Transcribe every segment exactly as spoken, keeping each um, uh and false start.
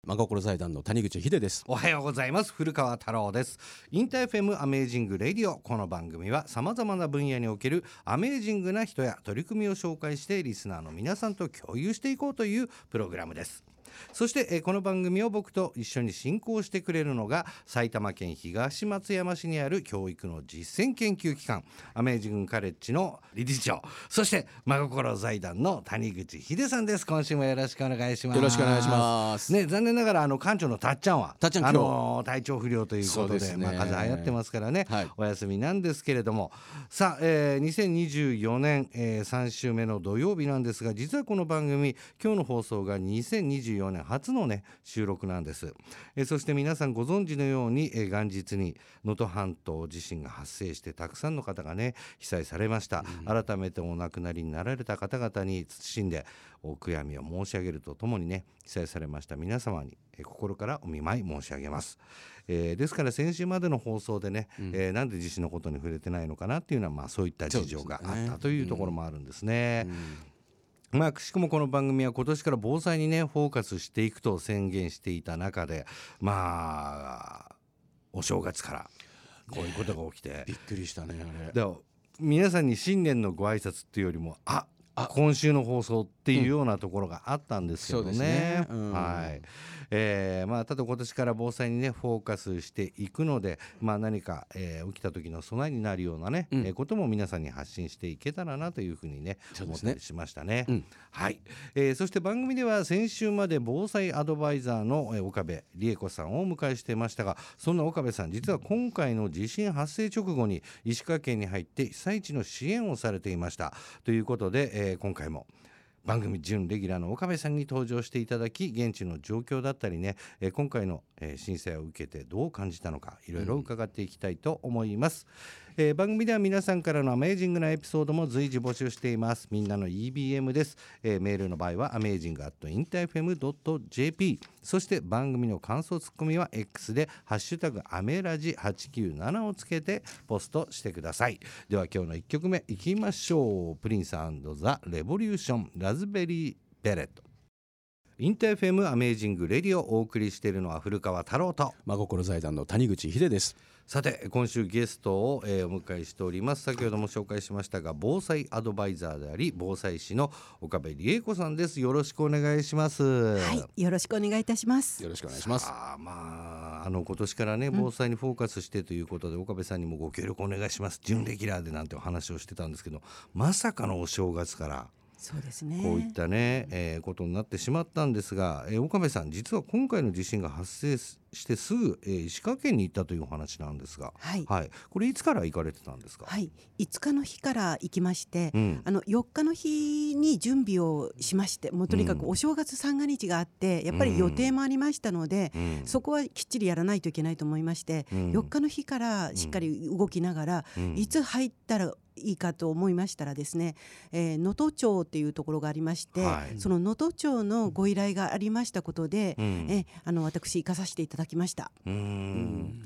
真心財団の谷口秀です。 おはようございます。古川太郎です。インター エフエム アメージングレディオ。この番組はさまざまな分野におけるアメージングな人や取り組みを紹介してリスナーの皆さんと共有していこうというプログラムです。そしてえこの番組を僕と一緒に進行してくれるのが埼玉県東松山市にある教育の実践研究機関アメージングカレッジの理事長、そして真心財団の谷口秀さんです。今週もよろしくお願いします。 よろしくお願いします、 ね、残念ながらあの館長のたっちゃんはたっちゃんあの体調不良ということで、 そうですね、 まあ、風邪流行ってますからね、 はい、 お休みなんですけれども、さあ、えー、にせんにじゅうよねん、えー、さん週目の土曜日なんですが、実はこの番組今日の放送がにせんにじゅうよねん初のね収録なんです。えー、そして皆さんご存知のように、えー、元日に能登半島地震が発生してたくさんの方がね被災されました、うん、改めてお亡くなりになられた方々に謹んでお悔やみを申し上げるとともにね、被災されました皆様に、えー、心からお見舞い申し上げます。えー、ですから先週までの放送でね、うんえー、なんで地震のことに触れてないのかなっていうのは、まあ、そういった事情があったというところもあるんですね。うんうんまあ、くしくもこの番組は今年から防災にねフォーカスしていくと宣言していた中で、まあお正月からこういうことが起きて、ね、 びっくりしたね。あれだから皆さんに新年のご挨拶っていうよりもああ今週の放送っていうようなところがあったんですけどね、うん、そうですね、うん、はいえーまあ、ただ今年から防災にねフォーカスしていくので、まあ、何か、えー、起きた時の備えになるようなね、うんえー、ことも皆さんに発信していけたらなというふうにね思ったりしましたね、うんはいえー、そして番組では先週まで防災アドバイザーの、えー、岡部理恵子さんをお迎えしていましたが、そんな岡部さん実は今回の地震発生直後に石川県に入って被災地の支援をされていましたということで、えー、今回も番組準レギュラーの岡部さんに登場していただき、現地の状況だったりね、えー、今回の、えー、震災を受けてどう感じたのかいろいろ伺っていきたいと思います、うんえー、番組では皆さんからのアメージングなエピソードも随時募集しています。みんなの イービーエム です、えー、メールの場合は アメージング アット インター エフエム ドット ジェーピー、 そして番組の感想ツッコミは X でハッシュタグアメラジはちきゅうななをつけてポストしてください。では今日のいっきょくめいきましょう。プリンス&ザ・レボリューションラズベリーベレット。インター エフエム アメージングレディオをお送りしているのは古川太郎と真心財団の谷口秀です。 さて今週ゲストを、えー、お迎えしております。先ほども紹介しましたが防災アドバイザーであり防災士の岡部理恵子さんです。よろしくお願いします。 はい、よろしくお願いいたします。 よろしくお願いします。 あ、まあ、あの今年からね防災にフォーカスしてということで、うん、岡部さんにもご協力お願いします準レギュラーでなんてお話をしてたんですけど、まさかのお正月からそうですね、 こういったね、えー、ことになってしまったんですが、えー、岡部さん実は今回の地震が発生してすぐ、えー、石川県に行ったというお話なんですが、 はいはい、これいつから行かれてたんですか？ はい、いつかの日から行きまして、うん、あのよっかの日に準備をしまして、もうとにかくお正月三が日があってやっぱり予定もありましたので、うん、そこはきっちりやらないといけないと思いまして、うん、よっかの日からしっかり動きながら、うん、いつ入ったらいいかと思いましたらですね、えー、能登町っていうところがありまして、はい、その能登町のご依頼がありましたことで、うん、えあの私行かさせていただきました。 うーん、うん、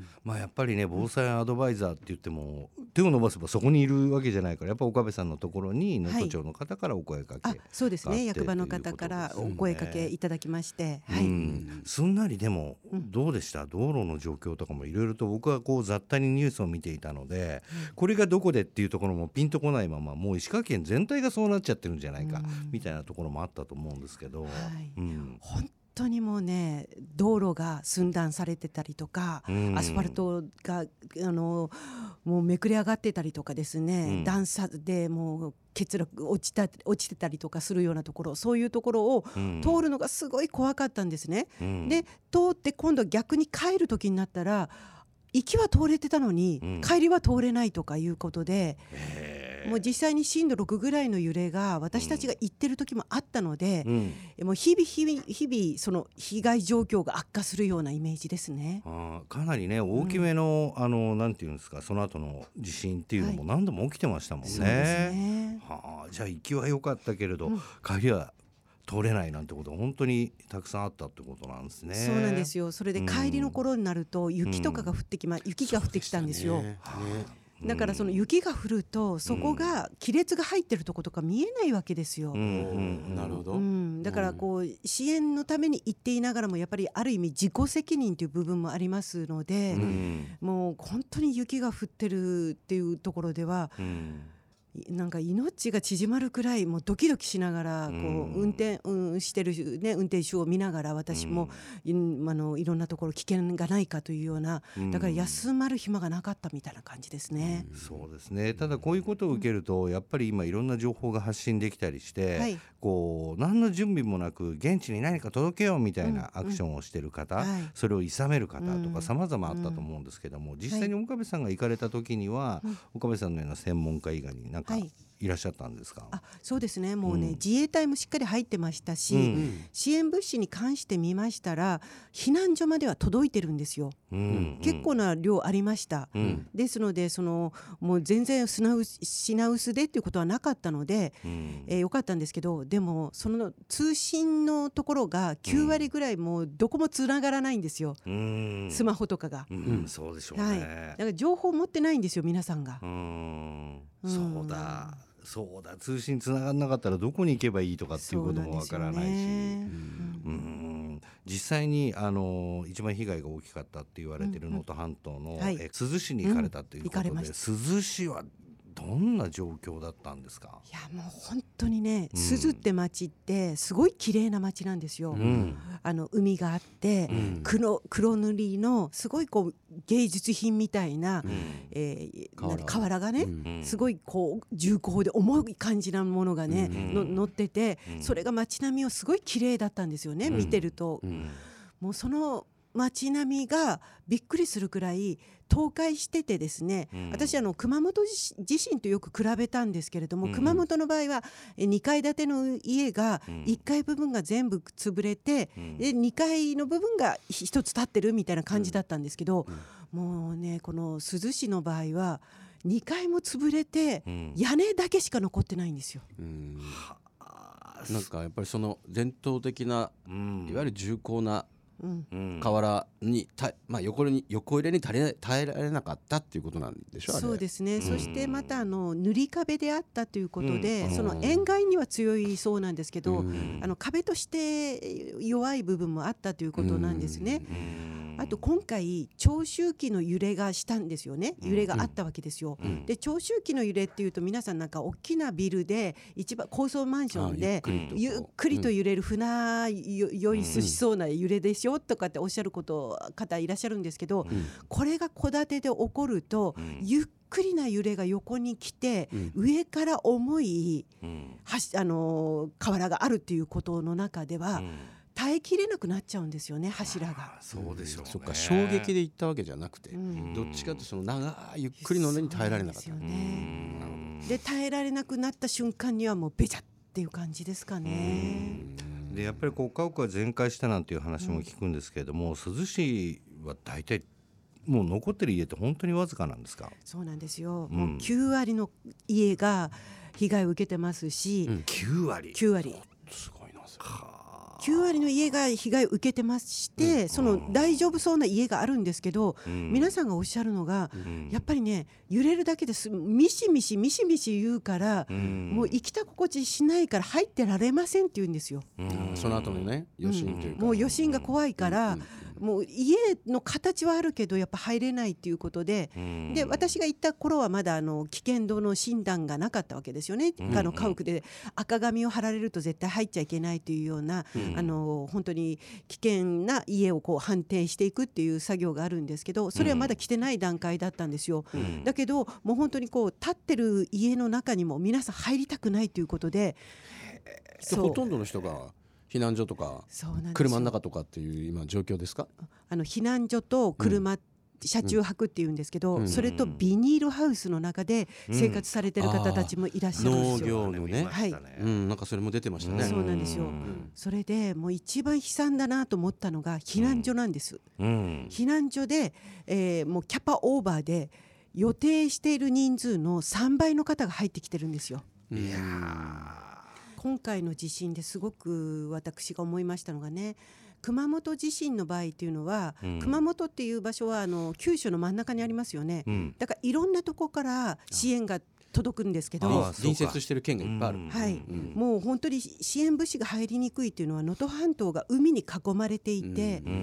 まあ、やっぱりね防災アドバイザーって言っても手を伸ばせばそこにいるわけじゃないから、やっぱ岡部さんのところに能登町の方からお声かけ、はい、 あそうですね、役場の方からお声かけいただきまして、 うん、はい、うん、すんなりでもどうでした、うん、道路の状況とかもいろいろと僕はこう雑多にニュースを見ていたので、うん、これがどこでっていうところもピンとこないままもう石川県全体がそうなっちゃってるんじゃないか、うん、みたいなところもあったと思うんですけど、はい、うん、 本当にもうね道路が寸断されてたりとか、うん、アスファルトがあのもうめくれ上がってたりとかですね、うん、段差でもう結落落ちた落ちてたりとかするようなところ、そういうところを通るのがすごい怖かったんですね、うん、で通って今度逆に帰る時になったら行きは通れてたのに、うん、帰りは通れないとかいうことで、もう実際に震度ろくぐらいの揺れが私たちが行ってる時もあったので、うん、もう日々日々日々その被害状況が悪化するようなイメージですね。 あかなりね大きめの、うん、あのなんていうんですか、その後の地震っていうのも何度も起きてましたもんね、はい、そうですね。はあ、じゃあ行きは良かったけれど、うん、帰りは通れないなんてことは本当にたくさんあったってことなんですね。 そうなんですよ。それで帰りの頃になると雪とかが降ってきま、うん、雪が降ってきたんですよ、 ね、ね、うだからその雪が降るとそこが亀裂が入ってるとことか見えないわけですよ、 うんうん、 なるほど、 うん、だからこう支援のために言っていながらもやっぱりある意味自己責任という部分もありますので、 うん、 もう本当に雪が降ってるっていうところでは、うんなんか命が縮まるくらいもうドキドキしながらこう運転、うん、してる、ね、運転手を見ながら私も、うん、あのいろんなところ危険がないかというような、だから休まる暇がなかったみたいな感じですね、 うん、そうですね。ただこういうことを受けるとやっぱり今いろんな情報が発信できたりして、はい、こう何の準備もなく現地に何か届けようみたいなアクションをしている方、うんうんはい、それを諌める方とか様々あったと思うんですけども、実際に岡部さんが行かれた時には、はい、岡部さんのような専門家以外に何か、はいいらっしゃったんですか？ あ、そうですね。もうね、うん、自衛隊もしっかり入ってましたし、うん、支援物資に関して見ましたら避難所までは届いてるんですよ、うん、結構な量ありました、うん、ですのでそのもう全然品薄、品薄でっていうことはなかったので、うんえー、よかったんですけど、でもその通信のところがきゅうわりぐらいもうどこもつながらないんですよ、うん、スマホとかが、 うんうん、そうでしょうね、はい、だから情報持ってないんですよ皆さんが、うんそうだそうだ通信つながんなかったらどこに行けばいいとかっていうこともわからないし、うん、実際にあの一番被害が大きかったって言われている能登半島の、うんはい、え珠洲市に行かれたということで、うん、珠洲市はどんな状況だったんですか？ いやもう本当にね、珠洲って町ってすごい綺麗な町なんですよ、うん、あの海があって、うん、黒, 黒塗りのすごいこう芸術品みたいな、うんえー、瓦がね、うん、すごいこう重厚で重い感じなものがね、うん、の乗ってて、うん、それが街並みをすごい綺麗だったんですよね、うん、見てると、うん、もうその街並みがびっくりするくらい倒壊しててですね、うん、私あの熊本地震とよく比べたんですけれども、うん、熊本の場合はにかい建ての家がいっかい部分が全部潰れて、うん、でにかいの部分がひとつ立ってるみたいな感じだったんですけど、うん、もうねこの珠洲市の場合はにかいも潰れて、うん、屋根だけしか残ってないんですよ、うん、 なんかやっぱりその伝統的な、うん、いわゆる重厚なうん、瓦にた、まあ、横に横入れに耐え耐えられなかったっていうことなんでしょう。 そうですね、うん、そしてまたあの塗り壁であったということで、うん、その塩害には強いそうなんですけど、うん、あの壁として弱い部分もあったということなんですね、うんあと今回長周期の揺れがしたんですよね。揺れがあったわけですよ、うん、で長周期の揺れっていうと皆さんなんか大きなビルで一番高層マンションでゆっくりと揺れる船酔いしそうな揺れでしょとかっておっしゃること方いらっしゃるんですけど、うん、これが戸建てで起こると、うん、ゆっくりな揺れが横に来て、うん、上から重い、うん、あの瓦があるっていうことの中では、うん耐えきれなくなっちゃうんですよね柱が。 そうでしょうね。 そっか衝撃で行ったわけじゃなくて、うん、どっちかというとその長いゆっくりの上に耐えられなかった。そうなんですよね。で耐えられなくなった瞬間にはもうベチャっていう感じですかね。 でやっぱりこう家屋が全壊したなんていう話も聞くんですけれども、うん、珠洲市は大体もう残ってる家って本当にわずかなんですか？ そうなんですよ、うん、もうきゅうわりの家が被害を受けてますし、うん、 きゅうわりきゅうわりすごいなそれ。 きゅうわりの家が被害を受けてまして、うん、その大丈夫そうな家があるんですけど、うん、皆さんがおっしゃるのが、うん、やっぱりね揺れるだけですミシミシミシミシ言うから、うん、もう生きた心地しないから入ってられませんって言うんですよ、 うん、その後のね余震というか、 もう余震が怖いから、うんもう家の形はあるけどやっぱ入れないっていうことで、で私が行った頃はまだあの危険度の診断がなかったわけですよね。あの家屋で赤紙を貼られると絶対入っちゃいけないというような、あの本当に危険な家をこう判定していくっていう作業があるんですけど、それはまだ来てない段階だったんですよ。だけどもう本当にこう建ってる家の中にも皆さん入りたくないということで、 ほとんどの人が避難所とか車の中とかっていう今状況ですか？ あの避難所と車、うん、車中泊っていうんですけど、うん、それとビニールハウスの中で生活されてる方たちもいらっしゃるんですよ、 うん、農業のね、はい、うん、なんかそれも出てましたね、 うん、そうなんですよ、うん、それでもう一番悲惨だなと思ったのが避難所なんです、うん、避難所で、えー、もうキャパオーバーで予定している人数のさんばいの方が入ってきてるんですよ。いや今回の地震ですごく私が思いましたのがね、 熊本地震の場合っていうのは、 うん、 熊本っていう場所はあの九州の真ん中にありますよね、うん、だからいろんなとこから支援が届くんですけど、 隣接してる県がいっぱいある、うんはい、うん、もう本当に支援物資が入りにくいっていうのは能登半島が海に囲まれていて、うん、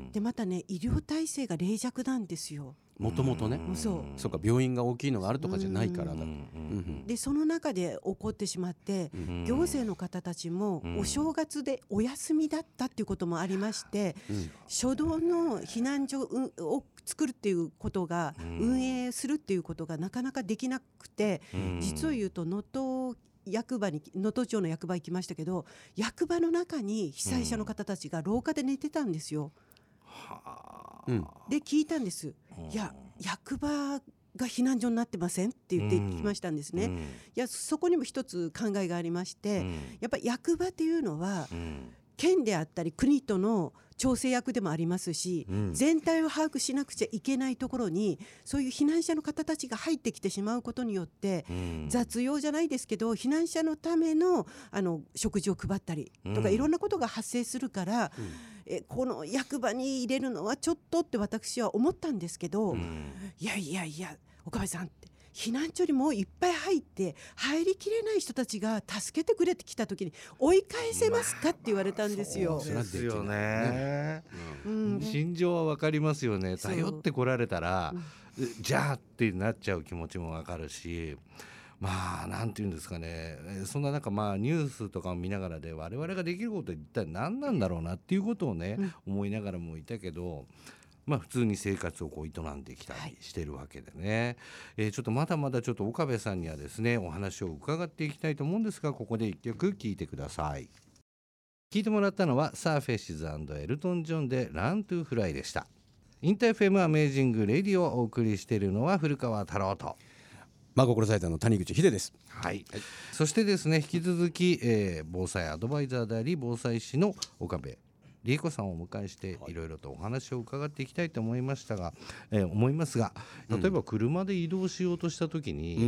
でまたね医療体制が脆弱なんですよ。 もともとね、 そうそうか、病院が大きいのがあるとかじゃないからだ、うんうん、でその中で起こってしまって、うん、行政の方たちもお正月でお休みだったっていうこともありまして、うん、初動の避難所を作るっていうことが、うん、運営するっていうことがなかなかできなくて、うん、実を言うと能登役場に能登町の役場行きましたけど、役場の中に被災者の方たちが廊下で寝てたんですよ、うん、で聞いたんです。いや役場が避難所になってませんって言って聞きましたんですね、うん、いやそこにも一つ考えがありまして、うん、やっぱり役場っていうのは、うん、県であったり国との調整役でもありますし、うん、全体を把握しなくちゃいけないところにそういう避難者の方たちが入ってきてしまうことによって、うん、雑用じゃないですけど避難者のための、あの食事を配ったりとか、いろんなことが発生するから、うん、えこの役場に入れるのはちょっとって私は思ったんですけど、うん、いやいやいや岡部さんって避難所にもういっぱい入って入りきれない人たちが助けてくれてきた時に追い返せますかって言われたんですよ。 そうですよね、うん、心情は分かりますよね。頼ってこられたら、うん、じゃあってなっちゃう気持ちも分かるし、まあなんていうんですかね、そんななんかまあニュースとかを見ながらで我々ができることは一体何なんだろうなっていうことをね、うん、思いながらもいたけど、まあ、普通に生活をこう営んできたりしてるわけでね、はい、えー、ちょっとまだまだちょっと岡部さんにはですねお話を伺っていきたいと思うんですが、ここで一曲聴いてください。聴いてもらったのはサーフェシズ&エルトン・ジョンでラントゥフライでした。インター エフエム アメージングレディオをお送りしているのは古川太郎と真心サイターの谷口秀です。 はい、はい、そしてですね引き続き、えー、防災アドバイザーであり防災士の岡部理恵子さんをお迎えしていろいろとお話を伺っていきたいと思いましたが、えー、思いますが、例えば車で移動しようとした時に、うん、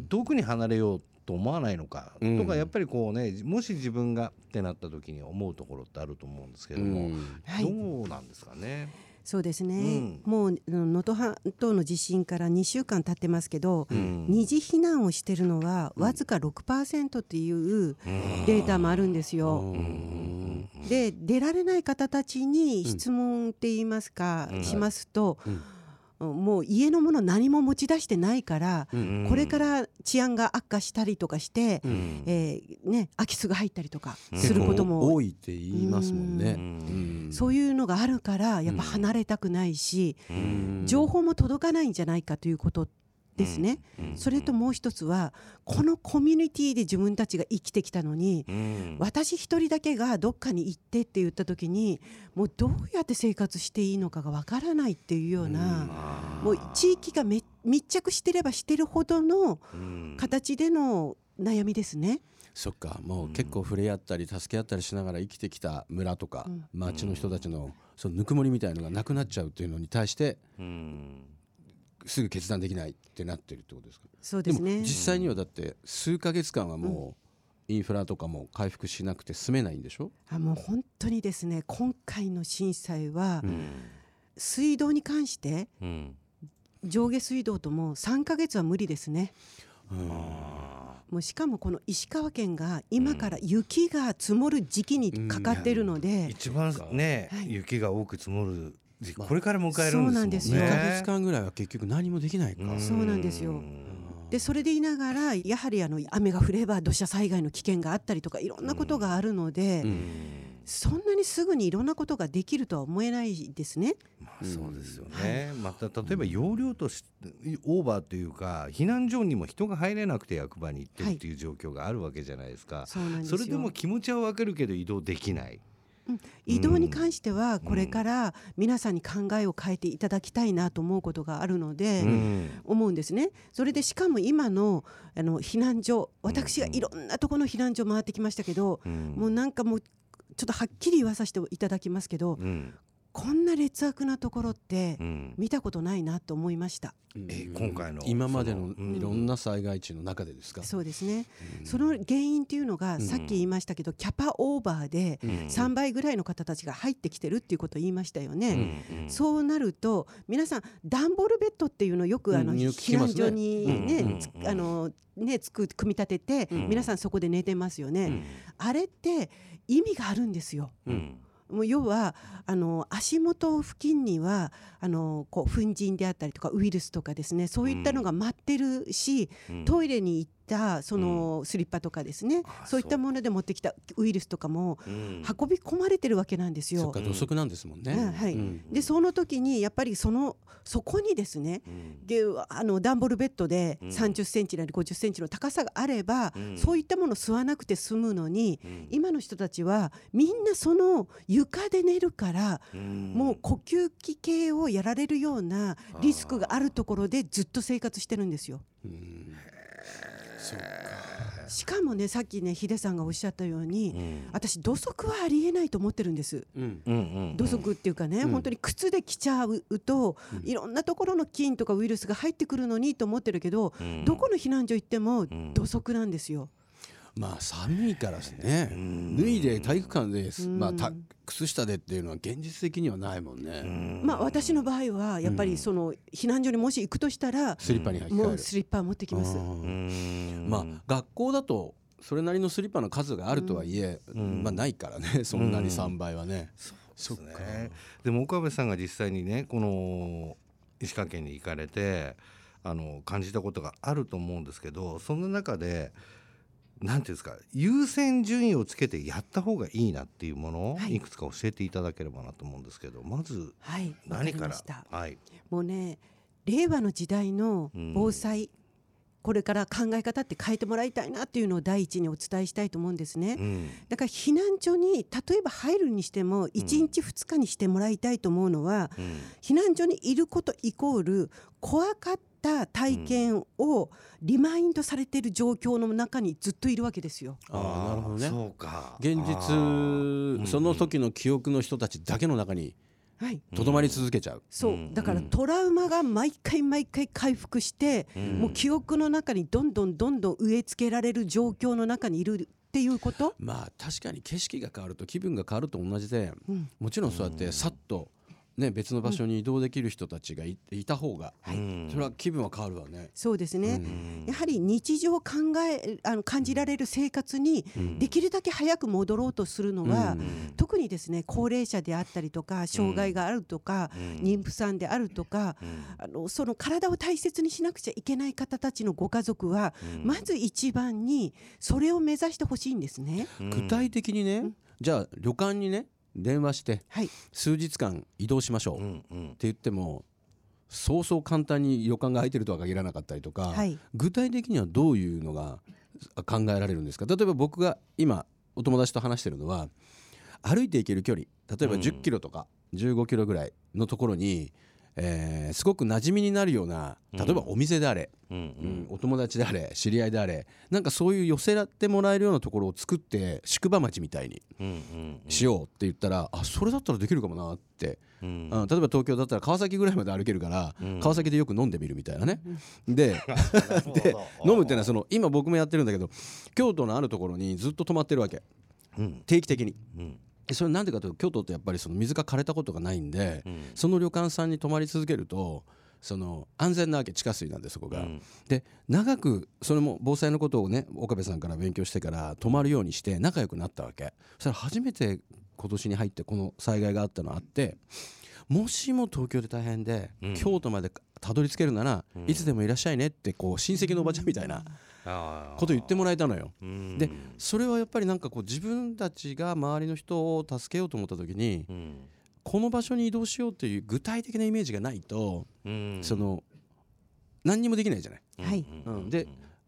遠くに離れようと思わないのか、うん、とかやっぱりこうね、もし自分がってなった時に思うところってあると思うんですけども、うん、どうなんですかね。はい、 そうですね、うん、もう能登半島の地震からにしゅうかん経ってますけど、うん、二次避難をしてるのはわずか ろくパーセント っていうデータもあるんですよ、うん、で出られない方たちに質問って言いますか、うん、しますと、うんもう家のもの何も持ち出してないから、うん、これから治安が悪化したりとかして、うんえーね、空き巣が入ったりとかすることも多いって言いますもんね、うんうん、そういうのがあるからやっぱ離れたくないし、うん、情報も届かないんじゃないかということですね、うん、それともう一つはこのコミュニティで自分たちが生きてきたのに、うん、私一人だけがどっかに行ってって言った時にもうどうやって生活していいのかがわからないっていうような、うん、もう地域がめ密着してればしてるほどの形での悩みですね。 そっか、もう結構触れ合ったり助け合ったりしながら生きてきた村とか、うん、町の人たちのそのぬくもりみたいのがなくなっちゃうっていうのに対して、うんすぐ決断できないってなってるってことですか。 そうですね。 でも実際にはだって数ヶ月間はもうインフラとかも回復しなくて住めないんでしょ。 あもう本当にですね、今回の震災は、うん、水道に関して、うん、上下水道ともさんかげつは無理ですね。うん、もうしかもこの石川県が今から雪が積もる時期にかかっているので、うん、 一番ね、はい、雪が多く積もるこれから迎えるんですもんね。 にかげつかんぐらいは結局何もできないか。 そうなんですよ。でそれで言いながらやはりあの雨が降れば土砂災害の危険があったりとかいろんなことがあるので、うんうん、そんなにすぐにいろんなことができるとは思えないですね。 まあ、そうですよね、はい、また例えば容量としオーバーというか避難所にも人が入れなくて役場に行ってるっていう状況があるわけじゃないですか、はい、 そうなんですよ。 それでも気持ちはわかるけど移動できない。 うん、移動に関してはこれから皆さんに考えを変えていただきたいなと思うことがあるので、うん、思うんですね。それでしかも今 の, あの避難所、私がいろんなところの避難所回ってきましたけど、うん、もうなんかもうちょっとはっきり言わさせていただきますけど、うん、 こんな劣悪なところってうん見たことないなと思いました。 え今回の今までのそのうんいろんな災害地の中でですか？ そうですね、 うんその原因っていうのが、 うんさっき言いましたけどキャパオーバーでうんさんばいぐらいの方たちが入ってきてるっていうことを言いましたよね。 うんうんそうなると皆さん段ボールベッドっていうのをよくあのうんよく聞き避難ますね所にうんねつうんあのねつく組み立ててうん皆さんそこで寝てますよね。 うんあれって意味があるんですよ。 うんもう要はあの足元付近にはあのこう粉塵であったりとかウイルスとかですね、そういったのが舞ってるし、 うんトイレに行ったそのスリッパとかですね、 あそういったもので持ってきたウイルスとかもうん運び込まれてるわけなんですよ。 そっか、土足なんですもんね。 うんはいうんでその時にやっぱりそのそこにですね、 うんであの段ボールベッドでうんさんじゅっセンチなりごじゅっセンチの高さがあれば、 うんそういったものを吸わなくて済むのに、 うん今の人たちはみんなその床で寝るから、 うんもう呼吸器系をやられるようなリスクがあるところでずっと生活してるんですよ。 うんそうか。 しかもね、さっきねヒデさんがおっしゃったように、 うん私土足はありえないと思ってるんです。 うんうんうん土足っていうかね、 うん本当に靴で着ちゃうと、 うんいろんなところの菌とかウイルスが入ってくるのにと思ってるけど、 うんどこの避難所行ってもん土足なんですよ。 まあ寒いからですね、 ん脱いで体育館で、 うんまあ、た靴下でっていうのは現実的にはないもんね、 うんまあ私の場合はやっぱりその避難所にもし行くとしたら、 スリッパに履き替える。 もうスリッパ持ってきます。 あーうんまあ学校だとそれなりのスリッパの数があるとはいえ、 うんまあ、ないからね、そんなにさんばいはね、そっか、 ねでも岡部さんが実際にねこの石川県に行かれてあの感じたことがあると思うんですけど、その中でなんていうんですか、優先順位をつけてやった方がいいなっていうものをはいいくつか教えていただければなと思うんですけど、まずはい、わか何からりました。 はいもうね、令和の時代の防災、これから考え方って変えてもらいたいなっていうのを第一にお伝えしたいと思うんですね。 うんだから避難所に例えば入るにしてもいちにちふつかにしてもらいたいと思うのは、 うん避難所にいることイコール怖かった体験をリマインドされている状況の中にずっといるわけですよ。 あーなるほどね、 そうか現あー実その時の記憶の人たちだけの中にはい、 とどまり続けちゃう、 そううんだからトラウマが毎回毎回回復して、 うんもう記憶の中にどんどんどんどん植え付けられる状況の中にいるっていうこと、 まあ確かに景色が変わると気分が変わると同じで、 うんもちろんそうやってさっと、ね、別の場所に移動できる人たちがい、いた方が、 うんそれは気分は変わるわね。 そうですね、 うんやはり日常を考えあの感じられる生活にできるだけ早く戻ろうとするのは、 うん特にですね高齢者であったりとか障害があるとか、 うん妊婦さんであるとか、 うんあのその体を大切にしなくちゃいけない方たちのご家族は、 うんまず一番にそれを目指してほしいんですね。 具体的にね、じゃあ旅館にね電話してはい、 数日間移動しましょう、 うんってうん言ってもそうそう簡単に旅館が空いてるとは限らなかったりとか、 はい具体的にはどういうのが考えられるんですか？例えば僕が今お友達と話してるのは歩いて行ける距離、例えばじゅっキロとかじゅうごキロぐらいのところに、えーすごく馴染みになるような、例えばお店であれ、 うんうんお友達であれ知り合いであれ、なんかそういう寄せらってもらえるようなところを作って宿場町みたいにうんうんしようって言ったら、あそれだったらできるかもなって、 うんうん例えば東京だったら川崎ぐらいまで歩けるから、 うん川崎でよく飲んでみるみたいなね、でで飲むっていうのはその今僕もやってるんだけど京都のあるところにずっと泊まってるわけ、 うん定期的に。 うんでそれなんでかというと京都ってやっぱりその水が枯れたことがないんで、 うんその旅館さんに泊まり続けるとその安全なわけ、地下水なんでそこが、 うんで長くそれも防災のことをね岡部さんから勉強してから泊まるようにして仲良くなったわけ。そしたら初めて今年に入ってこの災害があったのあって、もしも東京で大変で、 うん京都までたどり着けるなら、 うんいつでもいらっしゃいねってこう親戚のおばちゃんみたいなあーこと言ってもらえたのよ。 うんでそれはやっぱりなんかこう自分たちが周りの人を助けようと思った時に、 うんこの場所に移動しようっていう具体的なイメージがないと、 うんその何にもできないじゃない。 はいうんで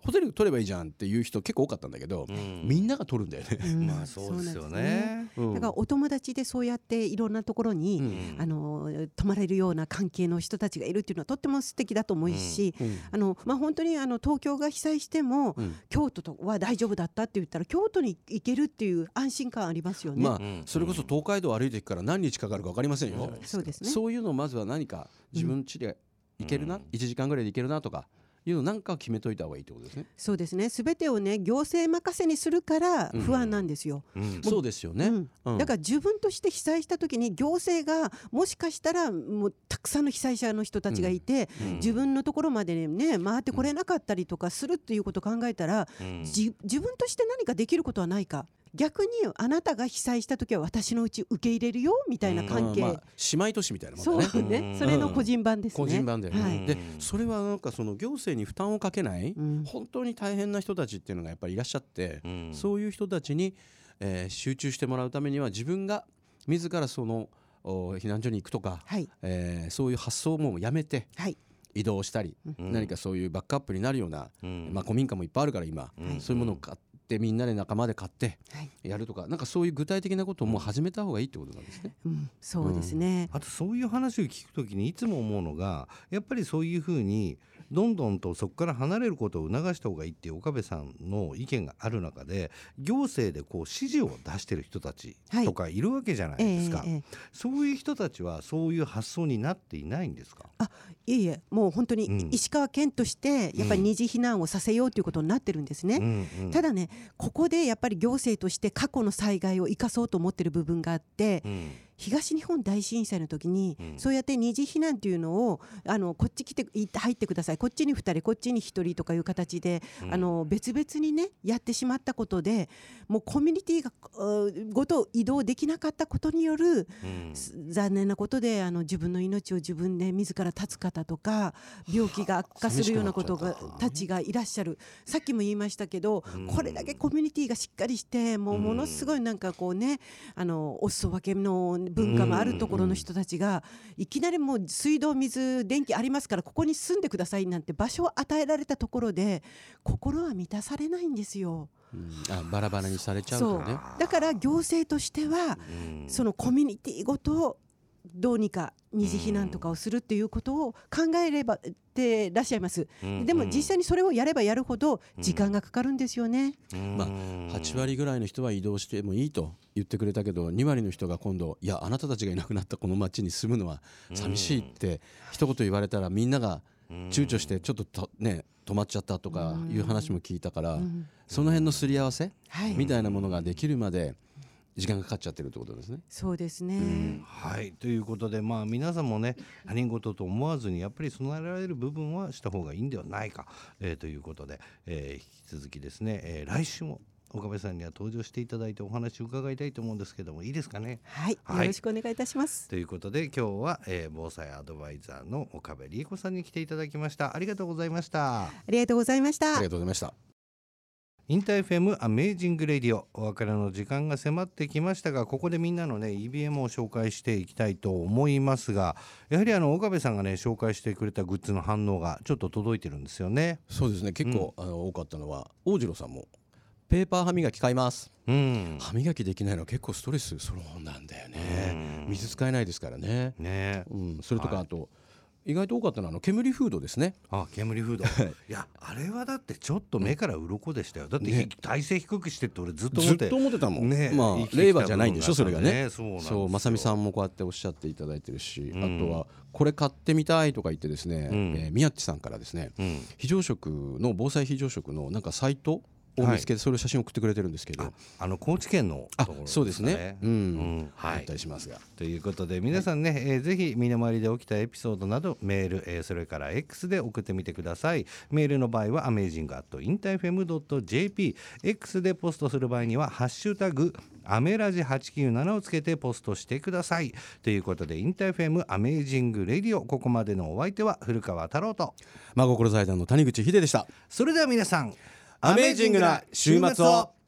ホテル取ればいいじゃんっていう人結構多かったんだけど、うん、みんなが取るんだよね、 うん、まあそうですよね、 うん、だからお友達でそうやっていろんなところに、うん、あの泊まれるような関係の人たちがいるっていうのはとっても素敵だと思うし、うん、あのまあ、本当にあの東京が被災しても、うん、京都は大丈夫だったって言ったら京都に行けるっていう安心感ありますよね、 まあ、それこそ東海道を歩いていくから何日かかるか分かりませんよ、 うん、そうですね、 そういうのをまずは何か自分家で行けるな、うん、いちじかんぐらいで行けるなとかいうのなんか決めといた方がいいってことですね。 そうですね。すべてをね行政任せにするから不安なんですよ、 うんうん、そうですよね、うんうん、だから自分として被災した時に行政がもしかしたらもうたくさんの被災者の人たちがいて、うん、自分のところまでね回ってこれなかったりとかするっていうことを考えたら、うん、自分として何かできることはないか、逆にあなたが被災した時は私のうち受け入れるよみたいな関係、うんまあ、 姉妹都市みたいなもんだね。 そうね、それの個人版ですね、 個人版だよね、はい、でそれはなんかその行政に負担をかけない、うん、本当に大変な人たちっていうのがやっぱりいらっしゃって、うん、そういう人たちに、えー、集中してもらうためには自分が自らその避難所に行くとか、はいえー、そういう発想もやめて、はい移動したり、うん、何かそういうバックアップになるような、うんまあ、古民家もいっぱいあるから今、うん、そういうものを買ってみんなで仲間で買ってやるとか、はい、なんかそういう具体的なことをもう始めた方がいいってことなんですね、 うん、そうですね、 うん、あとそういう話を聞くときにいつも思うのがやっぱりそういうふうにどんどんとそこから離れることを促した方がいいっていう岡部さんの意見がある中で行政でこう指示を出してる人たちとかいるわけじゃないですか、はいえーえー、そういう人たちはそういう発想になっていないんですか？ あいえいえ、もう本当に石川県としてやっぱり二次避難をさせようということになってるんですね、うんうん、ただねここでやっぱり行政として過去の災害を生かそうと思ってる部分があって、うん東日本大震災の時に、うん、そうやって二次避難というのをあのこっち来て入ってください、こっちにふたりこっちにひとりとかいう形で、うん、あの別々にねやってしまったことでもうコミュニティがごと移動できなかったことによる、うん、残念なことであの自分の命を自分で自ら絶つ方とか病気が悪化するようなことがたちがいらっしゃる。さっきも言いましたけど、うん、これだけコミュニティがしっかりしてもうものすごいなんかこうねあのお裾分けの文化もあるところの人たちがいきなりもう水道水電気ありますからここに住んでくださいなんて場所を与えられたところで心は満たされないんですよ、 うん、あバラバラにされちゃうとね。 そうだから行政としてはそのコミュニティごとどうにか二次避難とかをするっていうことを考えればってらっしゃいます、うん、でも実際にそれをやればやるほど時間がかかるんですよね、 うんまあ、はちわりぐらいの人は移動してもいいと言ってくれたけどにわりの人が今度いやあなたたちがいなくなったこの町に住むのは寂しいって一言言われたらみんなが躊躇してちょっとと、ね、止まっちゃったとかいう話も聞いたから、その辺のすり合わせみたいなものができるまで時間がかかっちゃってるってことですね。 そうですね、うん、 はいということで、まあ、皆さんもね他人事と思わずにやっぱり備えられる部分はした方がいいんではないか、えー、ということで、えー、引き続きですね、えー、来週も岡部さんには登場していただいてお話を伺いたいと思うんですけどもいいですかね。 はい、はい、よろしくお願いいたします。 ということで今日は、えー、防災アドバイザーの岡部理恵子さんに来ていただきました。ありがとうございました。 ありがとうございました。 ありがとうございました。 インター エフエム アメージングレディオ、お別れの時間が迫ってきましたがここでみんなのね イービーエム を紹介していきたいと思いますがやはりあの岡部さんがね紹介してくれたグッズの反応がちょっと届いてるんですよね。 そうですね結構、うん、あの多かったのは大次郎さんもペーパー歯磨き買います、うん、歯磨きできないのは結構ストレスそうなんだよね、うん、水使えないですからね、 ねうん、それとか、はい、あと意外と多かったのはあの煙フードですね。 あ煙フードいやあれはだってちょっと目から鱗でしたよ。だって、ね、体勢低くしてって俺ずっと思ってずっと思ってたもん、ねまあ、令和じゃないんでしょそれがね。そうまさみさんもこうやっておっしゃっていただいてるし、うん、あとはこれ買ってみたいとか言ってですね、うんえー、宮地さんからですね、うん、非常食の防災非常食のなんかサイトを見つけてそれを写真を送ってくれてるんですけど、はい、 あ, あの高知県のところですかね。 そうですね、うんうんはい、あったりしますがということで皆さんね、はいえー、ぜひ身の回りで起きたエピソードなどメール、えー、それから X で送ってみてください。メールの場合は アメージング アット インターエフエム ドット ジェーピー X でポストする場合にはハッシュタグアメラジはちきゅうななをつけてポストしてください。ということでインター エフエム アメージングレディオ、ここまでのお相手は古川太郎と真心財団の谷口秀でした。 それでは皆さんアメージングな週末を。